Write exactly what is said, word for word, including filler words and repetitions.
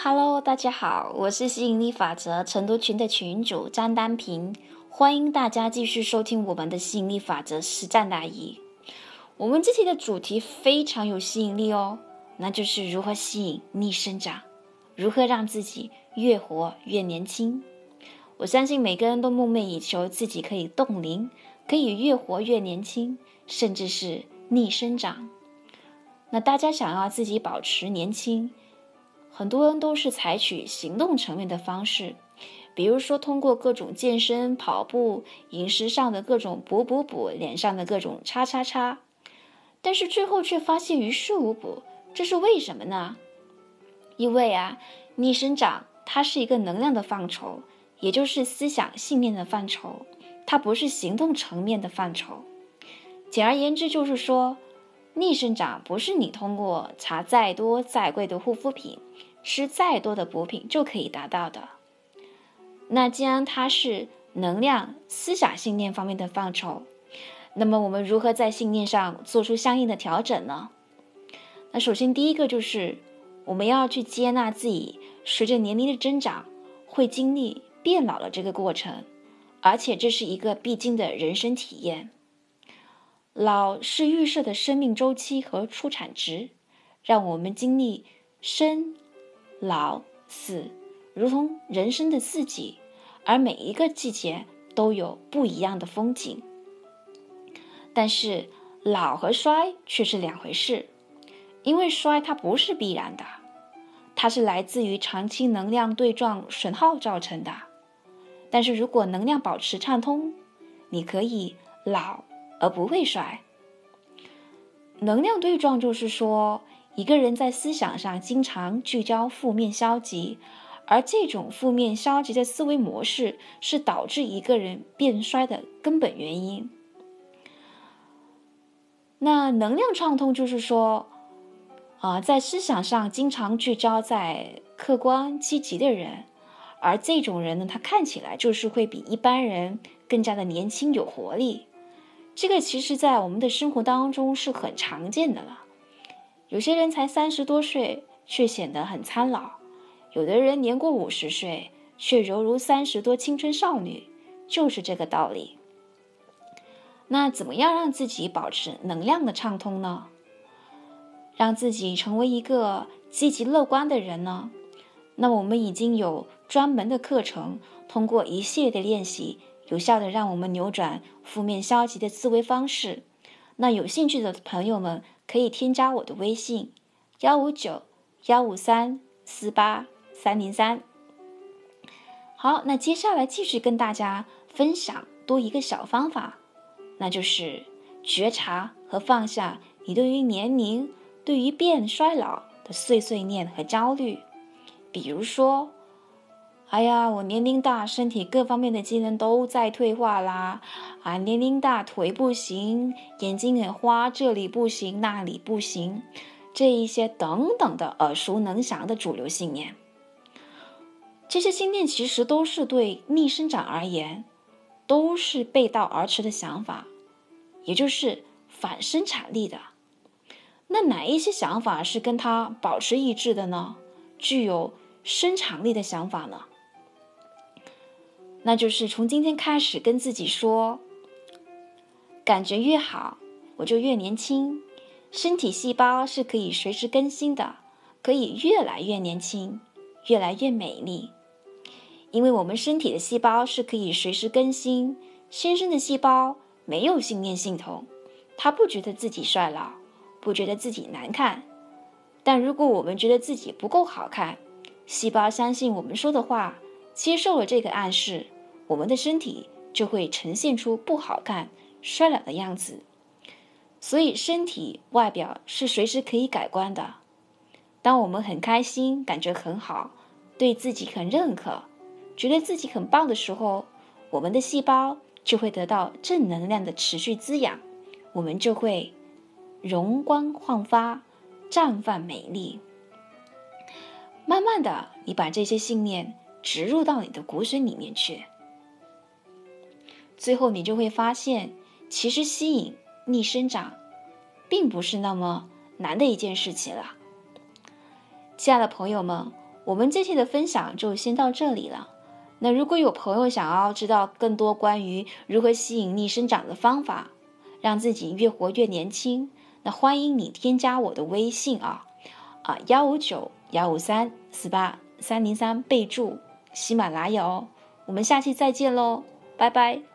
Hello，大家好，我是吸引力法则成都群的群主张丹平，欢迎大家继续收听我们的吸引力法则实战答疑。我们这期的主题非常有吸引力哦，那就是如何吸引逆生长，如何让自己越活越年轻。我相信每个人都梦寐以求自己可以冻龄，可以越活越年轻，甚至是逆生长。那大家想要自己保持年轻，很多人都是采取行动层面的方式，比如说通过各种健身、跑步、饮食上的各种补补补，脸上的各种叉叉叉，但是最后却发现于事无补，这是为什么呢？因为啊，逆生长它是一个能量的范畴，也就是思想信念的范畴，它不是行动层面的范畴。简而言之就是说，逆生长不是你通过擦再多再贵的护肤品，吃再多的补品就可以达到的。那既然它是能量、思想信念方面的范畴，那么我们如何在信念上做出相应的调整呢？那首先第一个就是我们要去接纳自己随着年龄的增长会经历变老的这个过程，而且这是一个必经的人生体验。老是预设的生命周期和出产值，让我们经历生、老、死，如同人生的四季，而每一个季节都有不一样的风景。但是老和衰却是两回事，因为衰它不是必然的，它是来自于长期能量对撞损耗造成的。但是如果能量保持畅通，你可以老而不会衰。能量对撞就是说，一个人在思想上经常聚焦负面消极，而这种负面消极的思维模式是导致一个人变衰的根本原因。那能量畅通就是说，啊、呃，在思想上经常聚焦在客观积极的人，而这种人呢，他看起来就是会比一般人更加的年轻有活力。这个其实在我们的生活当中是很常见的了。有些人才三十多岁却显得很苍老，有的人年过五十岁却犹如三十多青春少女，就是这个道理。那怎么样让自己保持能量的畅通呢？让自己成为一个积极乐观的人呢？那我们已经有专门的课程，通过一系列的练习，有效的让我们扭转负面消极的思维方式。那有兴趣的朋友们可以添加我的微信幺五九幺五三四八三零三。好，那接下来继续跟大家分享多一个小方法，那就是觉察和放下你对于年龄、对于变衰老的碎碎念和焦虑。比如说，哎呀，我年龄大，身体各方面的机能都在退化啦，啊，年龄大，腿不行，眼睛很花，这里不行，那里不行，这一些等等的耳熟能详的主流信念。这些信念其实都是对逆生长而言，都是背道而驰的想法，也就是反生产力的。那哪一些想法是跟它保持一致的呢？具有生产力的想法呢？那就是从今天开始跟自己说，感觉越好，我就越年轻，身体细胞是可以随时更新的，可以越来越年轻，越来越美丽。因为我们身体的细胞是可以随时更新，新生的细胞没有信念系统，它不觉得自己衰老，不觉得自己难看。但如果我们觉得自己不够好看，细胞相信我们说的话，接受了这个暗示，我们的身体就会呈现出不好看、衰老的样子。所以身体外表是随时可以改观的。当我们很开心，感觉很好，对自己很认可，觉得自己很棒的时候，我们的细胞就会得到正能量的持续滋养，我们就会容光焕发，绽放美丽。慢慢的，你把这些信念植入到你的骨髓里面去，最后你就会发现，其实吸引逆生长并不是那么难的一件事情了。亲爱的朋友们， 我们这期的分享就先到这里了。那如果有朋友想要知道更多关于如何吸引力生长的方法，让自己越活越年轻，那欢迎你添加我的微信啊啊幺五九幺五三四八三零三，备注喜马拉雅哦。我们下期再见喽，拜拜。